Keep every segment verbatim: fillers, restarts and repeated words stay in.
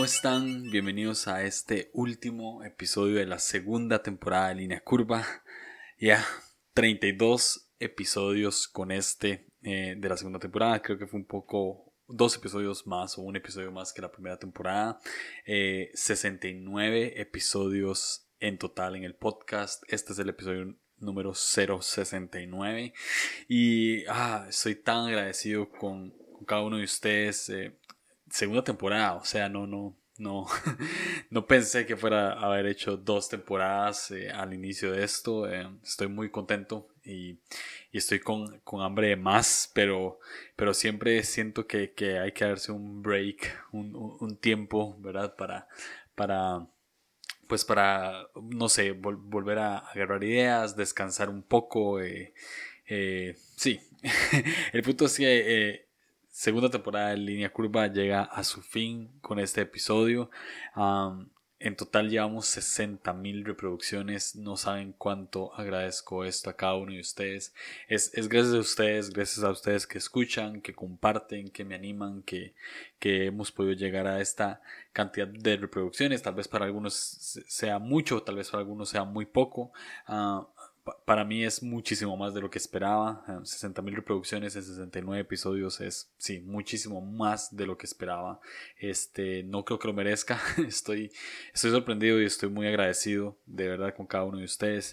están? Bienvenidos a este último episodio de la segunda temporada de Línea Curva. Ya, treinta y dos episodios con este eh, de la segunda temporada. Creo que fue un poco, dos episodios más o un episodio más que la primera temporada. Eh, sesenta y nueve episodios en total en el podcast. Este es el episodio número cero sesenta y nueve. Y ah, estoy tan agradecido con, con cada uno de ustedes. Eh, segunda temporada, o sea, no, no, no, no pensé que fuera a haber hecho dos temporadas eh, al inicio de esto. Eh, estoy muy contento y, y estoy con, con hambre de más, pero, pero siempre siento que, que hay que darse un break, un, un, un tiempo, ¿verdad? Para, para, pues para, no sé, vol- volver a agarrar ideas, descansar un poco. Eh, eh, sí, el punto es que eh, segunda temporada de Línea Curva llega a su fin con este episodio. Um, en total llevamos sesenta mil reproducciones. No saben cuánto agradezco esto a cada uno de ustedes. Es, es gracias a ustedes, gracias a ustedes que escuchan, que comparten, que me animan, que, que hemos podido llegar a esta cantidad de reproducciones. Tal vez para algunos sea mucho, tal vez para algunos sea muy poco. Uh, para mí es muchísimo más de lo que esperaba. sesenta mil reproducciones en sesenta y nueve episodios es, sí, muchísimo más de lo que esperaba. Este, no creo que lo merezca. Estoy, estoy sorprendido y estoy muy agradecido de verdad con cada uno de ustedes.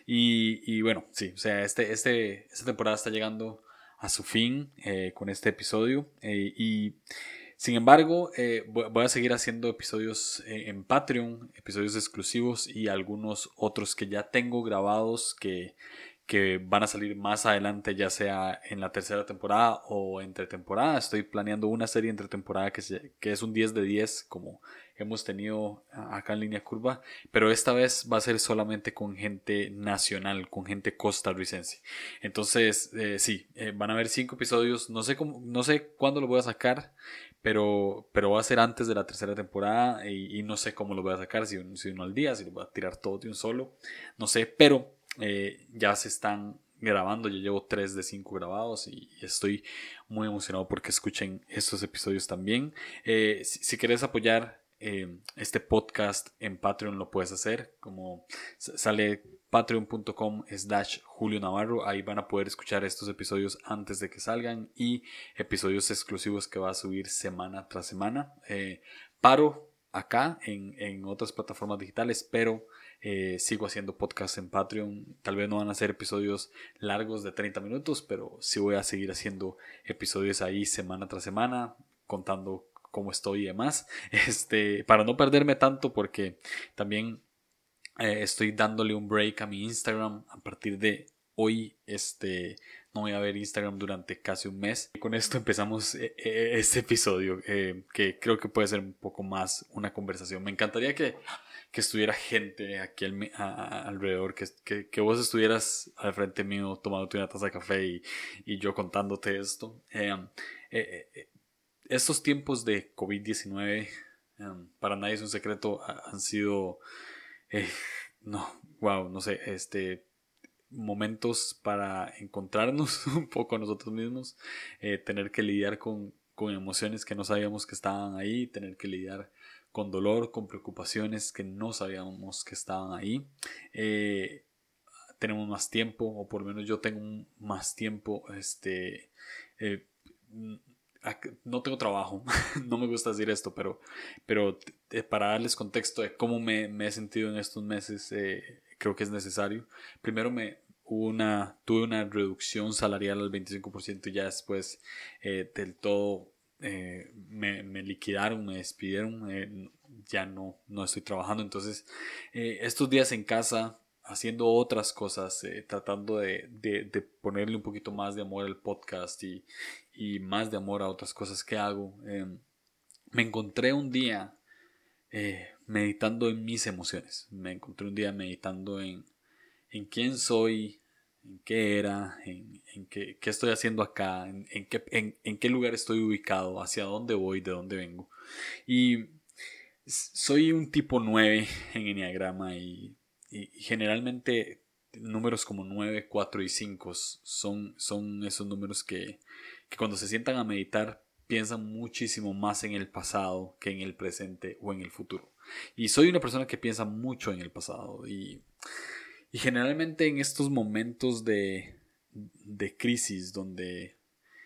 Y, y bueno, sí, o sea, este, este, esta temporada está llegando a su fin eh, con este episodio. Eh, y sin embargo, eh, voy a seguir haciendo episodios eh, en Patreon, episodios exclusivos y algunos otros que ya tengo grabados que, que van a salir más adelante, ya sea en la tercera temporada o entre temporada. Estoy planeando una serie entre temporada que, se, que es un diez de diez, como hemos tenido acá en Línea Curva, pero esta vez va a ser solamente con gente nacional, con gente costarricense. Entonces, eh, sí, eh, van a haber cinco episodios. No sé cómo, no sé cuándo lo voy a sacar. Pero, pero va a ser antes de la tercera temporada y, y no sé cómo lo voy a sacar, si, si uno al día, si lo voy a tirar todo de un solo, no sé, pero eh, ya se están grabando, yo llevo tres de cinco grabados y, y estoy muy emocionado porque escuchen estos episodios también. Eh, si, si quieres apoyar eh, este podcast en Patreon lo puedes hacer, como sale patreon.com slash Julio Navarro. Ahí van a poder escuchar estos episodios antes de que salgan y episodios exclusivos que va a subir semana tras semana. Eh, paro acá en, en otras plataformas digitales, pero eh, sigo haciendo podcast en Patreon. Tal vez no van a ser episodios largos de treinta minutos, pero sí voy a seguir haciendo episodios ahí semana tras semana, contando cómo estoy y demás. Este, para no perderme tanto, porque también eh, estoy dándole un break a mi Instagram a partir de hoy. Este, no voy a ver Instagram durante casi un mes. Y con esto empezamos eh, eh, este episodio, eh, que creo que puede ser un poco más una conversación. Me encantaría que, que estuviera gente aquí al, a, a, alrededor, que, que, que, vos estuvieras al frente mío tomándote una taza de café y, y yo contándote esto. Eh, eh, eh, estos tiempos de covid diecinueve, um, para nadie es un secreto, han sido eh, no, wow, no sé, este, momentos para encontrarnos un poco a nosotros mismos, eh, tener que lidiar con, con emociones que no sabíamos que estaban ahí, tener que lidiar con dolor, con preocupaciones que no sabíamos que estaban ahí. Eh, tenemos más tiempo, o por lo menos yo tengo más tiempo, este, eh, no tengo trabajo, no me gusta decir esto, pero, pero para darles contexto de cómo me, me he sentido en estos meses, eh, creo que es necesario. Primero me hubo una, tuve una reducción salarial al veinticinco por ciento y ya después eh, del todo eh, me, me liquidaron, me despidieron, eh, ya no, no estoy trabajando. Entonces, eh, estos días en casa, haciendo otras cosas, eh, tratando de, de, de ponerle un poquito más de amor al podcast y, y más de amor a otras cosas que hago. Eh, me encontré un día eh, meditando en mis emociones. Me encontré un día meditando en, en quién soy, en qué era, en, en qué, qué, estoy haciendo acá, en, en, qué, en, en qué lugar estoy ubicado, hacia dónde voy, de dónde vengo. Y soy un tipo nueve en Enneagrama y, y generalmente números como nueve, cuatro y cinco son, son esos números que, que cuando se sientan a meditar piensan muchísimo más en el pasado que en el presente o en el futuro. Y soy una persona que piensa mucho en el pasado. Y, y generalmente en estos momentos de, de crisis donde,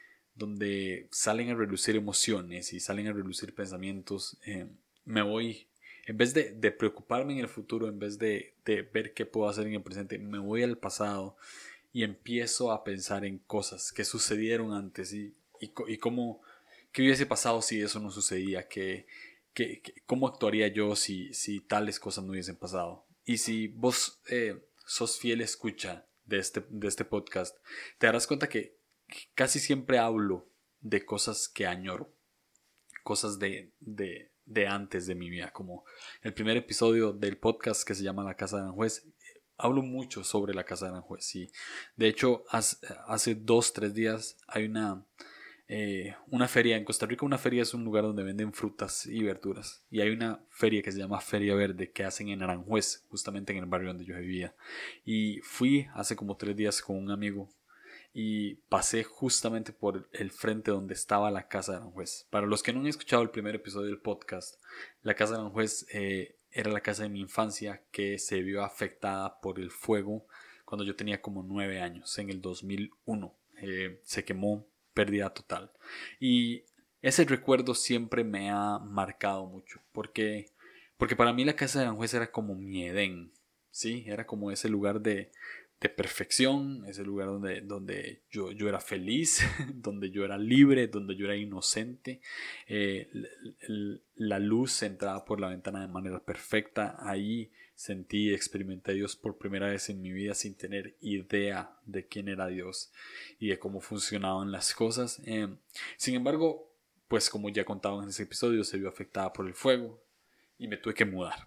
donde salen a relucir emociones y salen a relucir pensamientos, eh, me voy, en vez de, de preocuparme en el futuro, en vez de, de ver qué puedo hacer en el presente, me voy al pasado y empiezo a pensar en cosas que sucedieron antes y, y, y cómo, qué hubiese pasado si eso no sucedía, que, que, que- cómo actuaría yo si, si tales cosas no hubiesen pasado. Y si vos eh, sos fiel escucha de este, de este podcast, te darás cuenta que casi siempre hablo de cosas que añoro, cosas de, de, de antes de mi vida, como el primer episodio del podcast que se llama La Casa de Aranjuez. Hablo mucho sobre la Casa de Aranjuez y de hecho hace, hace dos, tres días hay una, eh, una feria en Costa Rica. Una feria es un lugar donde venden frutas y verduras y hay una feria que se llama Feria Verde que hacen en Aranjuez, justamente en el barrio donde yo vivía, y fui hace como tres días con un amigo y pasé justamente por el frente donde estaba la casa de Aranjuez. Para los que no han escuchado el primer episodio del podcast, la casa de Aranjuez eh, era la casa de mi infancia que se vio afectada por el fuego cuando yo tenía como nueve años, en el dos mil uno. Eh, se quemó, pérdida total. Y ese recuerdo siempre me ha marcado mucho, porque, porque para mí la casa de Aranjuez era como mi Edén, ¿sí? Era como ese lugar de de perfección, ese lugar donde, donde yo, yo era feliz, donde yo era libre, donde yo era inocente. Eh, la luz entraba por la ventana de manera perfecta. Ahí sentí y experimenté a Dios por primera vez en mi vida sin tener idea de quién era Dios y de cómo funcionaban las cosas. Eh, sin embargo, pues como ya contaba en ese episodio, se vio afectada por el fuego y me tuve que mudar.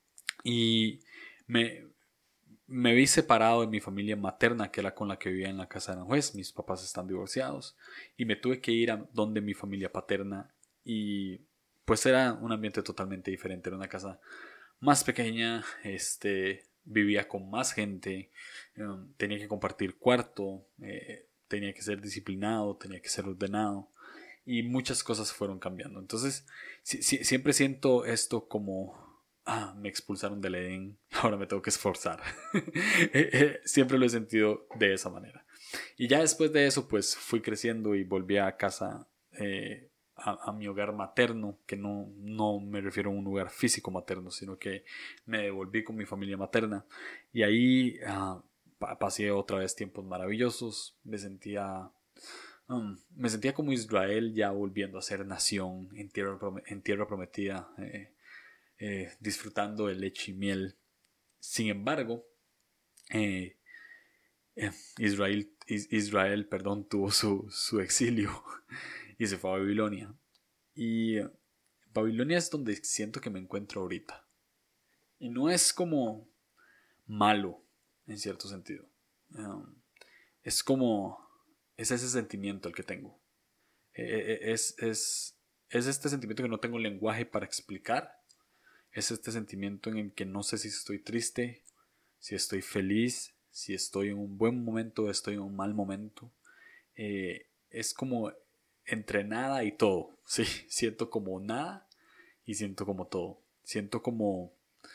Y me, me vi separado de mi familia materna, que era con la que vivía en la casa de Aranjuez. Mis papás están divorciados y me tuve que ir a donde mi familia paterna y pues era un ambiente totalmente diferente. Era una casa más pequeña, este, vivía con más gente, um, tenía que compartir cuarto, eh, tenía que ser disciplinado, tenía que ser ordenado y muchas cosas fueron cambiando. Entonces, si, si, siempre siento esto como ah, me expulsaron del Edén, ahora me tengo que esforzar. Siempre lo he sentido de esa manera. Y ya después de eso, pues fui creciendo y volví a casa, eh, a, a, mi hogar materno, que no, no me refiero a un lugar físico materno, sino que me devolví con mi familia materna. Y ahí uh, pasé otra vez tiempos maravillosos, me sentía... Um, me sentía como Israel ya volviendo a ser nación en tierra, en tierra prometida. Eh, eh, disfrutando de leche y miel. Sin embargo, eh, eh, Israel, Israel perdón, tuvo su, su exilio y se fue a Babilonia. Y eh, Babilonia es donde siento que me encuentro ahorita. Y no es como malo, en cierto sentido. Um, es como... Es ese sentimiento el que tengo. Eh, es, es, es este sentimiento que no tengo lenguaje para explicar. Es este sentimiento en el que no sé si estoy triste, si estoy feliz, si estoy en un buen momento o estoy en un mal momento. Eh, es como entre nada y todo. Sí, siento como nada y siento como todo. Siento como...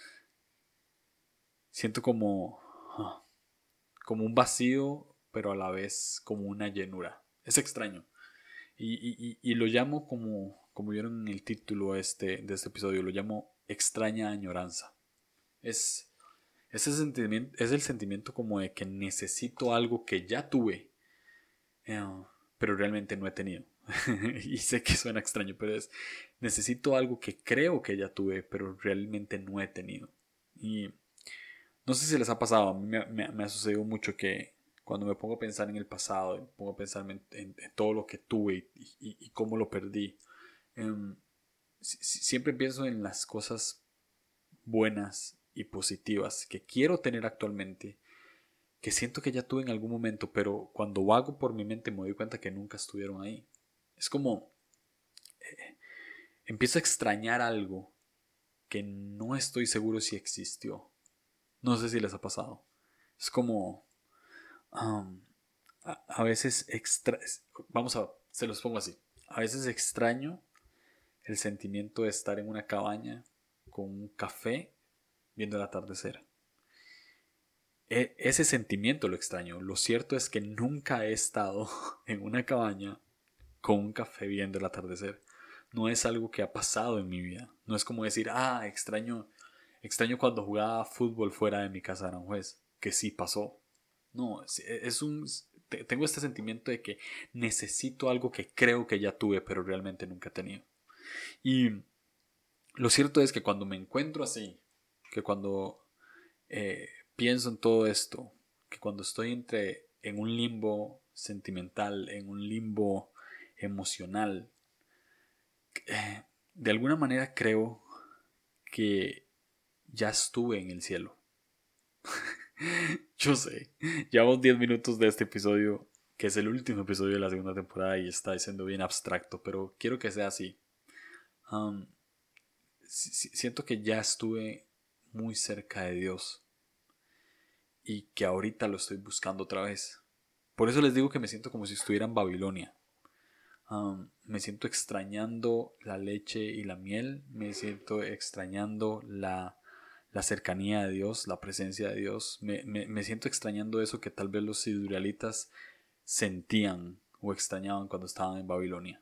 Siento como... ah, como un vacío, pero a la vez como una llenura. Es extraño. Y, y, y, y lo llamo como, como vieron en el título este, de este episodio, lo llamo extraña añoranza. Es, ese sentimiento, es el sentimiento como de que necesito algo que ya tuve, eh, pero realmente no he tenido. Y sé que suena extraño, pero es necesito algo que creo que ya tuve, pero realmente no he tenido. Y no sé si les ha pasado, a mí me, me, me ha sucedido mucho que cuando me pongo a pensar en el pasado, me pongo a pensar en, en, en todo lo que tuve y, y, y cómo lo perdí, eh, si, si, siempre pienso en las cosas buenas y positivas que quiero tener actualmente, que siento que ya tuve en algún momento, pero cuando vago por mi mente me doy cuenta que nunca estuvieron ahí. Es como eh, empiezo a extrañar algo que no estoy seguro si existió. No sé si les ha pasado. Es como um, a, a, veces extra... Vamos a... Se los pongo así. A veces extraño el sentimiento de estar en una cabaña con un café viendo el atardecer. E- ese sentimiento lo extraño. Lo cierto es que nunca he estado en una cabaña con un café viendo el atardecer. No es algo que ha pasado en mi vida. No es como decir, ah, extraño, extraño cuando jugaba fútbol fuera de mi casa de Aranjuez, que sí pasó. No, es, es un, tengo este sentimiento de que necesito algo que creo que ya tuve, pero realmente nunca he tenido. Y lo cierto es que cuando me encuentro así, que cuando eh, pienso en todo esto, que cuando estoy entre en un limbo sentimental, en un limbo emocional, eh, de alguna manera creo que ya estuve en el cielo. Yo sé, llevamos diez minutos de este episodio, que es el último episodio de la segunda temporada y está siendo bien abstracto, pero quiero que sea así. Um, siento que ya estuve muy cerca de Dios y que ahorita lo estoy buscando otra vez. Por eso les digo que me siento como si estuviera en Babilonia. Um, me siento extrañando la leche y la miel, me siento extrañando la, la cercanía de Dios, la presencia de Dios, me, me, me siento extrañando eso que tal vez los israelitas sentían o extrañaban cuando estaban en Babilonia.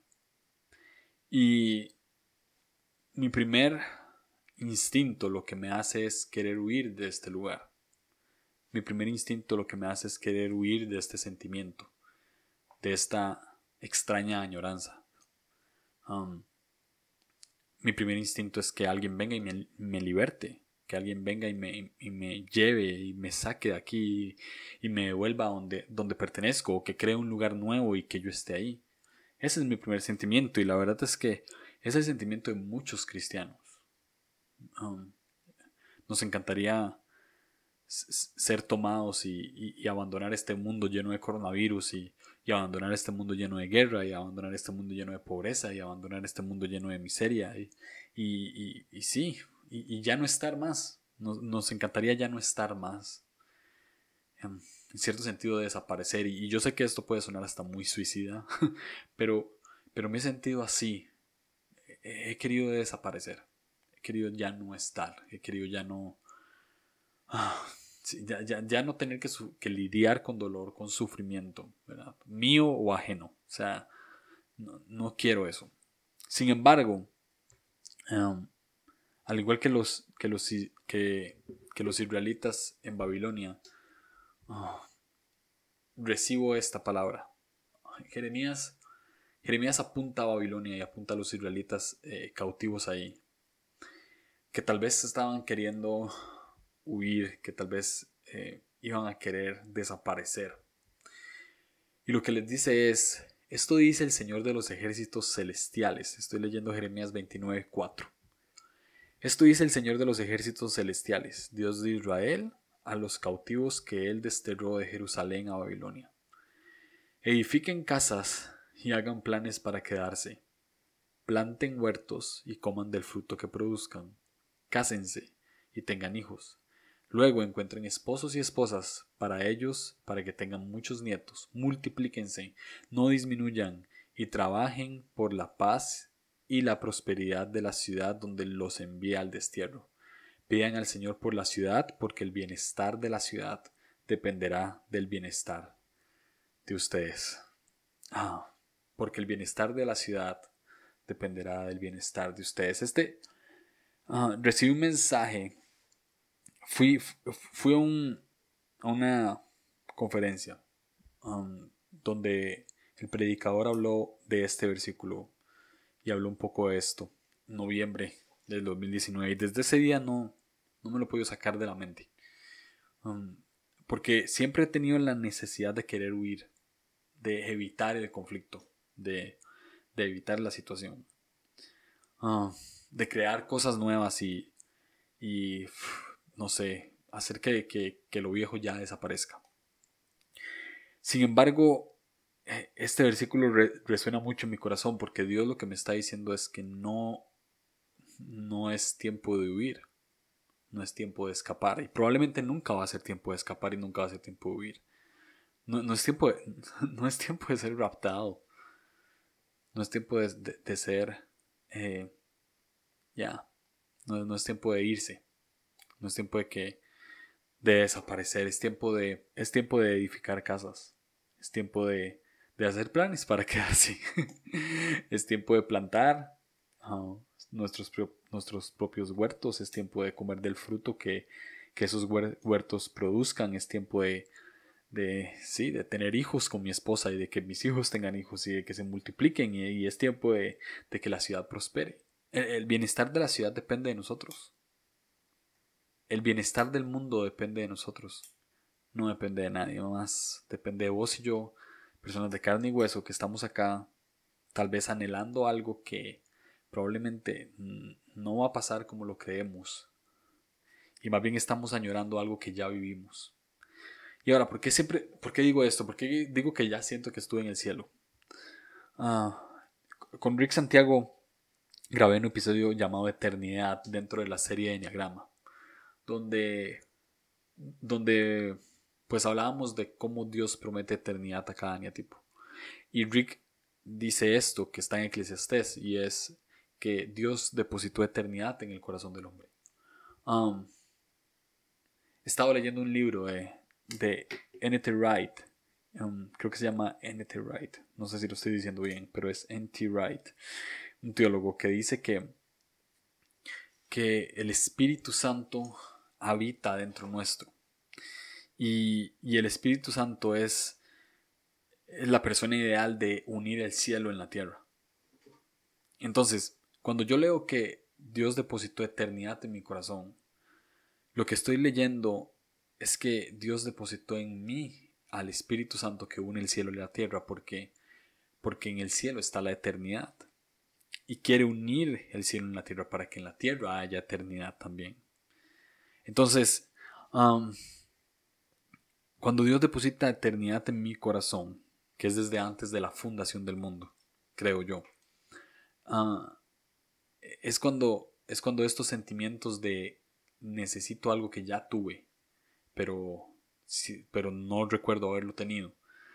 Y mi primer instinto lo que me hace es querer huir de este lugar. Mi primer instinto lo que me hace es querer huir de este sentimiento, de esta extraña añoranza. Um, mi primer instinto es que alguien venga y me, me liberte, que alguien venga y me, y me lleve y me saque de aquí y, y me devuelva a donde, donde pertenezco, o que cree un lugar nuevo y que yo esté ahí. Ese es mi primer sentimiento y la verdad es que es el sentimiento de muchos cristianos. Um, nos encantaría ser tomados y, y, y abandonar este mundo lleno de coronavirus y, y abandonar este mundo lleno de guerra y abandonar este mundo lleno de pobreza y abandonar este mundo lleno de miseria y, y, y, y sí, y, y ya no estar más. Nos, nos encantaría ya no estar más. En cierto sentido, desaparecer. Y, y yo sé que esto puede sonar hasta muy suicida, pero, pero me he sentido así. He, he querido desaparecer. He querido ya no estar. He querido ya no... Ah, sí, ya, ya, ya no tener que, su, que lidiar con dolor, con sufrimiento, ¿verdad? Mío o ajeno. O sea, no, no quiero eso. Sin embargo, um, al igual que los, que los, que, que los israelitas en Babilonia, oh, recibo esta palabra. Jeremías, Jeremías apunta a Babilonia y apunta a los israelitas eh, cautivos ahí, que tal vez estaban queriendo huir, que tal vez eh, iban a querer desaparecer. Y lo que les dice es, esto dice el Señor de los ejércitos celestiales. Estoy leyendo Jeremías veintinueve cuatro. Esto dice el Señor de los ejércitos celestiales, Dios de Israel, a los cautivos que Él desterró de Jerusalén a Babilonia. Edifiquen casas y hagan planes para quedarse. Planten huertos y coman del fruto que produzcan. Cásense y tengan hijos. Luego encuentren esposos y esposas para ellos, para que tengan muchos nietos. Multiplíquense, no disminuyan, y trabajen por la paz y la prosperidad de la ciudad donde los envía al destierro. Pidan al Señor por la ciudad, porque el bienestar de la ciudad dependerá del bienestar de ustedes. Ah, porque el bienestar de la ciudad dependerá del bienestar de ustedes. Este, uh, recibí un mensaje. Fui, fui a, un, a una conferencia um, donde el predicador habló de este versículo y habló un poco de esto. Noviembre del dos mil diecinueve. Y desde ese día no, no me lo he podido sacar de la mente. Um, porque siempre he tenido la necesidad de querer huir, de evitar el conflicto, de, de evitar la situación. Uh, de crear cosas nuevas y, y no sé, hacer que, que, que lo viejo ya desaparezca. Sin embargo, este versículo re, resuena mucho en mi corazón porque Dios lo que me está diciendo es que no, no es tiempo de huir, no es tiempo de escapar y probablemente nunca va a ser tiempo de escapar y nunca va a ser tiempo de huir. No, no, es, tiempo de, no es tiempo de ser raptado. No es tiempo de, de, de ser, eh, ya, no, no es tiempo de irse, no es tiempo de que de desaparecer, es tiempo de, es tiempo de edificar casas, es tiempo de, de hacer planes para quedarse, es tiempo de plantar uh, nuestros, nuestros propios huertos, es tiempo de comer del fruto que, que esos huertos produzcan, es tiempo de, de, sí, de tener hijos con mi esposa y de que mis hijos tengan hijos y de que se multipliquen y, y es tiempo de, de que la ciudad prospere. El, el bienestar de la ciudad depende de nosotros. El bienestar del mundo depende de nosotros. No depende de nadie más. Depende de vos y yo, personas de carne y hueso que estamos acá, tal vez anhelando algo que probablemente no va a pasar como lo creemos. Y más bien estamos añorando algo que ya vivimos. Y ahora, ¿por qué siempre, por qué digo esto? ¿Por qué digo que ya siento que estuve en el cielo? Ah, con Rick Santiago grabé un episodio llamado Eternidad dentro de la serie de Enneagrama, donde, donde pues hablábamos de cómo Dios promete eternidad a cada eneatipo. Y Rick dice esto que está en Eclesiastés y es que Dios depositó eternidad en el corazón del hombre. Um, he estado leyendo un libro de, de N T Wright. Um, creo que se llama N T Wright. No sé si lo estoy diciendo bien, pero es N T Wright. Un teólogo que dice que, que el Espíritu Santo habita dentro nuestro. Y, y el Espíritu Santo es, es la persona ideal de unir el cielo en la tierra. Entonces, cuando yo leo que Dios depositó eternidad en mi corazón, lo que estoy leyendo es que Dios depositó en mí al Espíritu Santo que une el cielo y la tierra, porque, porque en el cielo está la eternidad. Y quiere unir el cielo y la tierra para que en la tierra haya eternidad también. Entonces, um, cuando Dios deposita eternidad en mi corazón, que es desde antes de la fundación del mundo, creo yo, uh, es, cuando, es cuando estos sentimientos de necesito algo que ya tuve, pero, sí, pero no recuerdo haberlo tenido,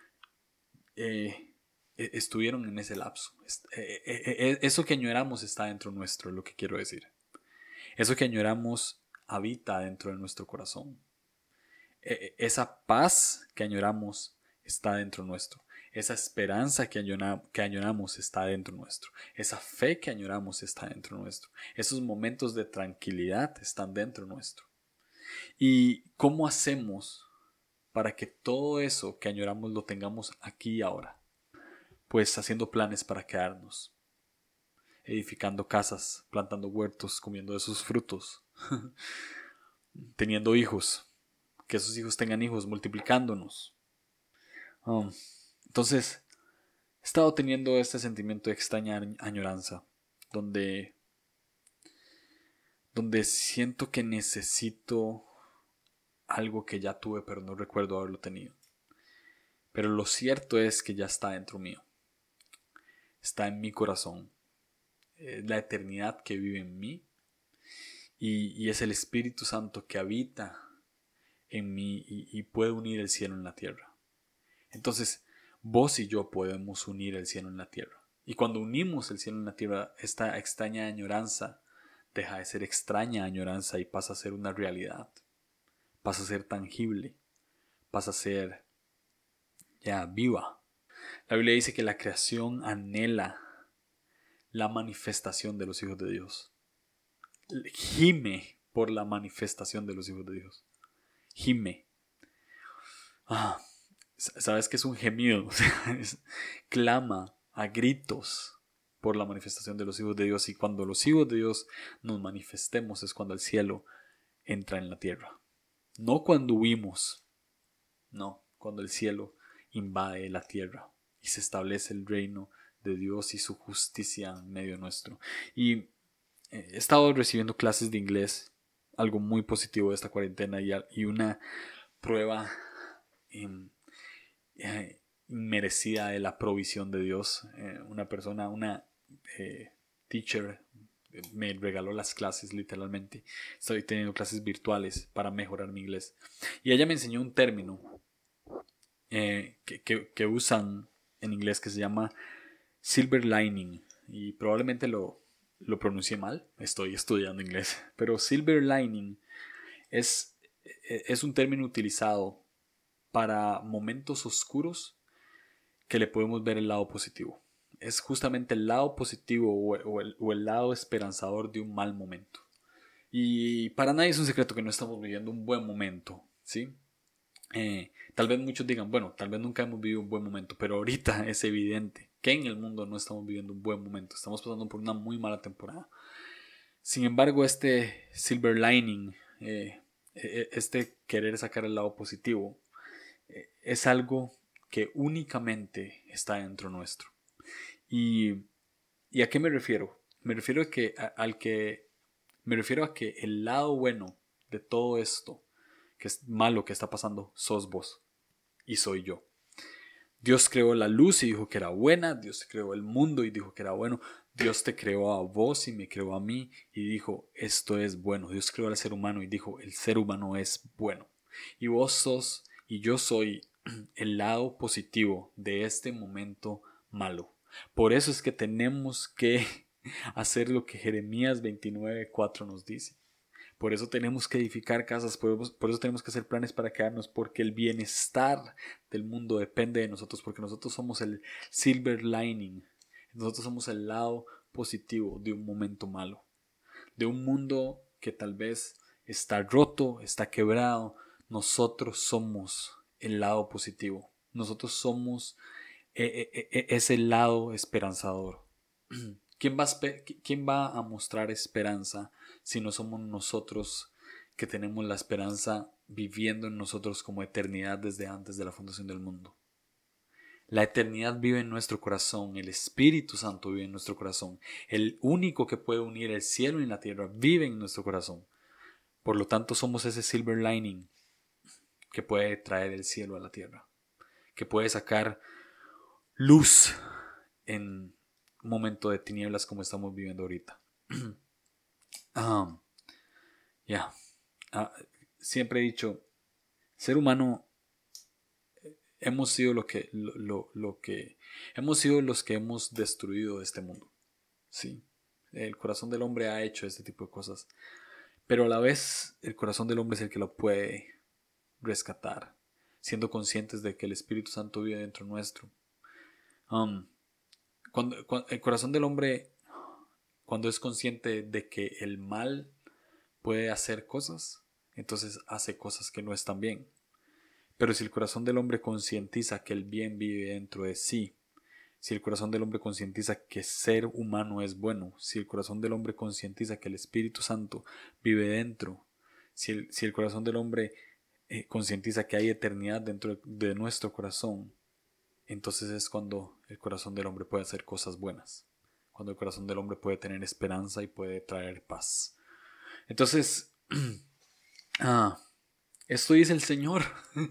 eh, estuvieron en ese lapso. Eh, eh, eh, eso que añoramos está dentro nuestro, es lo que quiero decir. Eso que añoramos habita dentro de nuestro corazón. Eh, esa paz que añoramos está dentro nuestro. Esa esperanza que, añora, que añoramos está dentro nuestro. Esa fe que añoramos está dentro nuestro. Esos momentos de tranquilidad están dentro nuestro. ¿Y cómo hacemos para que todo eso que añoramos lo tengamos aquí y ahora? Pues haciendo planes para quedarnos, edificando casas, plantando huertos, comiendo de sus frutos, teniendo hijos, que esos hijos tengan hijos, multiplicándonos. Um, entonces, he estado teniendo este sentimiento de extraña añoranza, donde, donde siento que necesito algo que ya tuve, pero no recuerdo haberlo tenido. Pero lo cierto es que ya está dentro mío. Está en mi corazón. Es la eternidad que vive en mí. Y, y es el Espíritu Santo que habita en mí y, y puede unir el cielo en la tierra. Entonces, vos y yo podemos unir el cielo en la tierra. Y cuando unimos el cielo en la tierra, esta extraña añoranza deja de ser extraña añoranza y pasa a ser una realidad. Pasa a ser tangible. Pasa a ser ya viva. La Biblia dice que la creación anhela la manifestación de los hijos de Dios. Gime por la manifestación de los hijos de Dios. Gime. Ah, ¿sabes qué es un gemido? Es, clama a gritos por la manifestación de los hijos de Dios. Y cuando los hijos de Dios nos manifestemos es cuando el cielo entra en la tierra. No cuando huimos. No, cuando el cielo invade la tierra y se establece el reino de Dios y su justicia en medio nuestro. Y he estado recibiendo clases de inglés, algo muy positivo de esta cuarentena y, y una prueba eh, eh, inmerecida de la provisión de Dios. Eh, una persona, una eh, teacher me regaló las clases literalmente. Estoy teniendo clases virtuales para mejorar mi inglés. Y ella me enseñó un término eh, que, que, que usan en inglés que se llama Silver lining, y probablemente lo, lo pronuncié mal, estoy estudiando inglés, pero silver lining es, es un término utilizado para momentos oscuros que le podemos ver el lado positivo. Es justamente el lado positivo o, o, el, o el lado esperanzador de un mal momento. Y para nadie es un secreto que no estamos viviendo un buen momento, ¿sí? Eh, tal vez muchos digan, bueno, tal vez nunca hemos vivido un buen momento, pero ahorita es evidente que en el mundo no estamos viviendo un buen momento. Estamos pasando por una muy mala temporada. Sin embargo, este silver lining, eh, este querer sacar el lado positivo, eh, es algo que únicamente está dentro nuestro. ¿Y, ¿y a qué me refiero? Me refiero a que, a, al que me refiero a que el lado bueno de todo esto, que es malo que está pasando, sos vos y soy yo. Dios creó la luz y dijo que era buena. Dios creó el mundo y dijo que era bueno. Dios te creó a vos y me creó a mí y dijo, esto es bueno. Dios creó al ser humano y dijo, el ser humano es bueno. Y vos sos y yo soy el lado positivo de este momento malo. Por eso es que tenemos que hacer lo que Jeremías veintinueve cuatro nos dice. Por eso tenemos que edificar casas, por, por eso tenemos que hacer planes para quedarnos, porque el bienestar del mundo depende de nosotros, porque nosotros somos el silver lining, nosotros somos el lado positivo de un momento malo, de un mundo que tal vez está roto, está quebrado. Nosotros somos el lado positivo, nosotros somos eh, eh, eh, ese lado esperanzador. ¿Quién va, a, ¿Quién va a mostrar esperanza si no somos nosotros que tenemos la esperanza viviendo en nosotros como eternidad desde antes de la fundación del mundo? La eternidad vive en nuestro corazón, el Espíritu Santo vive en nuestro corazón, el único que puede unir el cielo y la tierra vive en nuestro corazón. Por lo tanto somos ese silver lining que puede traer el cielo a la tierra, que puede sacar luz en un momento de tinieblas como estamos viviendo ahorita. um, ya yeah. uh, siempre he dicho, ser humano, hemos sido lo que lo, lo, lo que hemos sido los que hemos destruido este mundo. Sí, el corazón del hombre ha hecho este tipo de cosas, pero a la vez el corazón del hombre es el que lo puede rescatar, siendo conscientes de que el Espíritu Santo vive dentro nuestro. um, cuando, cuando el corazón del hombre, cuando es consciente de que el mal puede hacer cosas, entonces hace cosas que no están bien. Pero si el corazón del hombre concientiza que el bien vive dentro de sí, si el corazón del hombre concientiza que ser humano es bueno, si el corazón del hombre concientiza que el Espíritu Santo vive dentro, si el, si el corazón del hombre eh, concientiza que hay eternidad dentro de nuestro corazón, entonces es cuando el corazón del hombre puede hacer cosas buenas, cuando el corazón del hombre puede tener esperanza y puede traer paz. Entonces, ah, esto dice el Señor.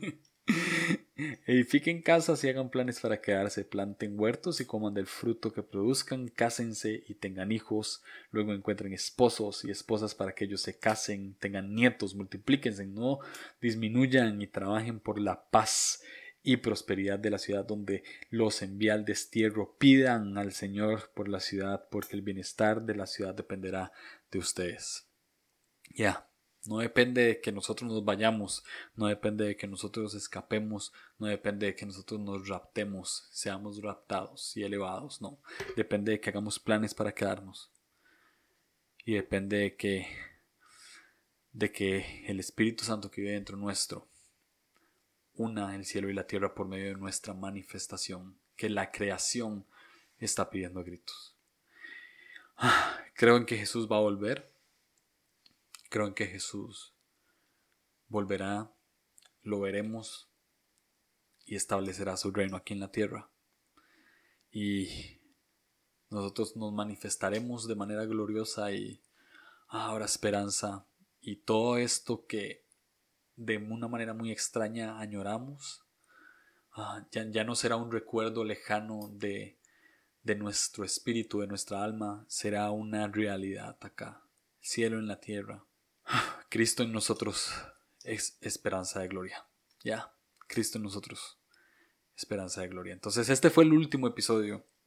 Edifiquen casas y hagan planes para quedarse, planten huertos y coman del fruto que produzcan, cásense y tengan hijos, luego encuentren esposos y esposas para que ellos se casen, tengan nietos, multiplíquense, no disminuyan y trabajen por la paz y prosperidad de la ciudad donde los envía al destierro. Pidan al Señor por la ciudad, porque el bienestar de la ciudad dependerá de ustedes. Ya. Yeah. No depende de que nosotros nos vayamos, no depende de que nosotros escapemos, no depende de que nosotros nos raptemos, seamos raptados y elevados, no. Depende de que hagamos planes para quedarnos. Y depende de que, de que el Espíritu Santo que vive dentro nuestro una el cielo y la tierra por medio de nuestra manifestación, que la creación está pidiendo a gritos. Creo en que Jesús va a volver. Creo en que Jesús volverá, lo veremos y establecerá su reino aquí en la tierra. Y nosotros nos manifestaremos de manera gloriosa y habrá esperanza. Y todo esto que de una manera muy extraña añoramos, ya, ya no será un recuerdo lejano de, de nuestro espíritu, de nuestra alma, será una realidad acá, cielo en la tierra. Cristo en nosotros es esperanza de gloria. Ya, Cristo en nosotros, esperanza de gloria. Entonces este fue el último episodio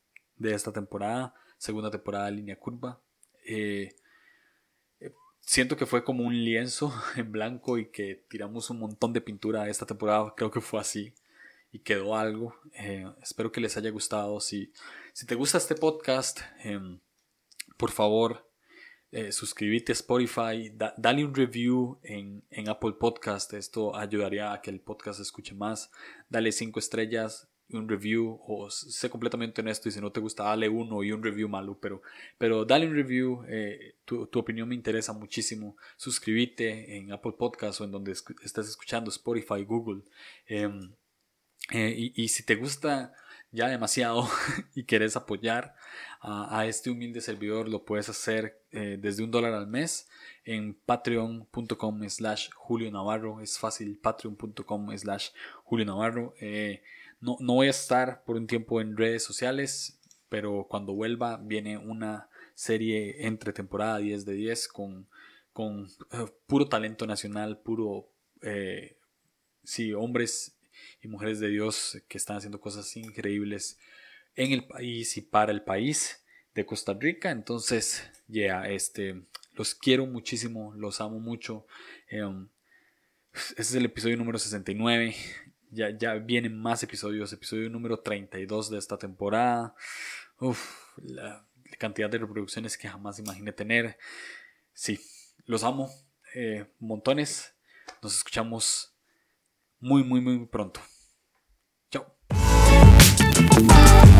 de esta temporada, segunda temporada de Línea Curva. Eh, siento que fue como un lienzo en blanco y que tiramos un montón de pintura esta temporada, creo que fue así. Y quedó algo. Eh, espero que les haya gustado. Si, si te gusta este podcast, eh, por favor, eh, suscríbete a Spotify. Da, dale un review en, en Apple Podcast. Esto ayudaría a que el podcast se escuche más. Dale cinco estrellas y un review. O sé completamente honesto. Y si no te gusta, dale uno y un review malo. Pero, pero dale un review. Eh, tu, tu opinión me interesa muchísimo. Suscríbete en Apple Podcast o en donde esc- estés escuchando, Spotify, Google. Eh, Eh, y, y si te gusta ya demasiado y quieres apoyar a, a este humilde servidor, lo puedes hacer eh, desde un dólar al mes en patreon.com slash Julio Navarro. Es fácil, patreon.com slash Julio Navarro. Eh, no, no voy a estar por un tiempo en redes sociales, pero cuando vuelva viene una serie entre temporada diez de diez con, con uh, puro talento nacional, puro... Eh, sí, hombres y mujeres de Dios que están haciendo cosas increíbles en el país y para el país de Costa Rica. Entonces, ya, yeah, este, los quiero muchísimo, los amo mucho. Um, este es el episodio número sesenta y nueve. Ya, ya vienen más episodios, episodio número treinta y dos de esta temporada. Uf, la, la cantidad de reproducciones que jamás imaginé tener. Sí, los amo eh, montones. Nos escuchamos muy, muy, muy pronto. Chao.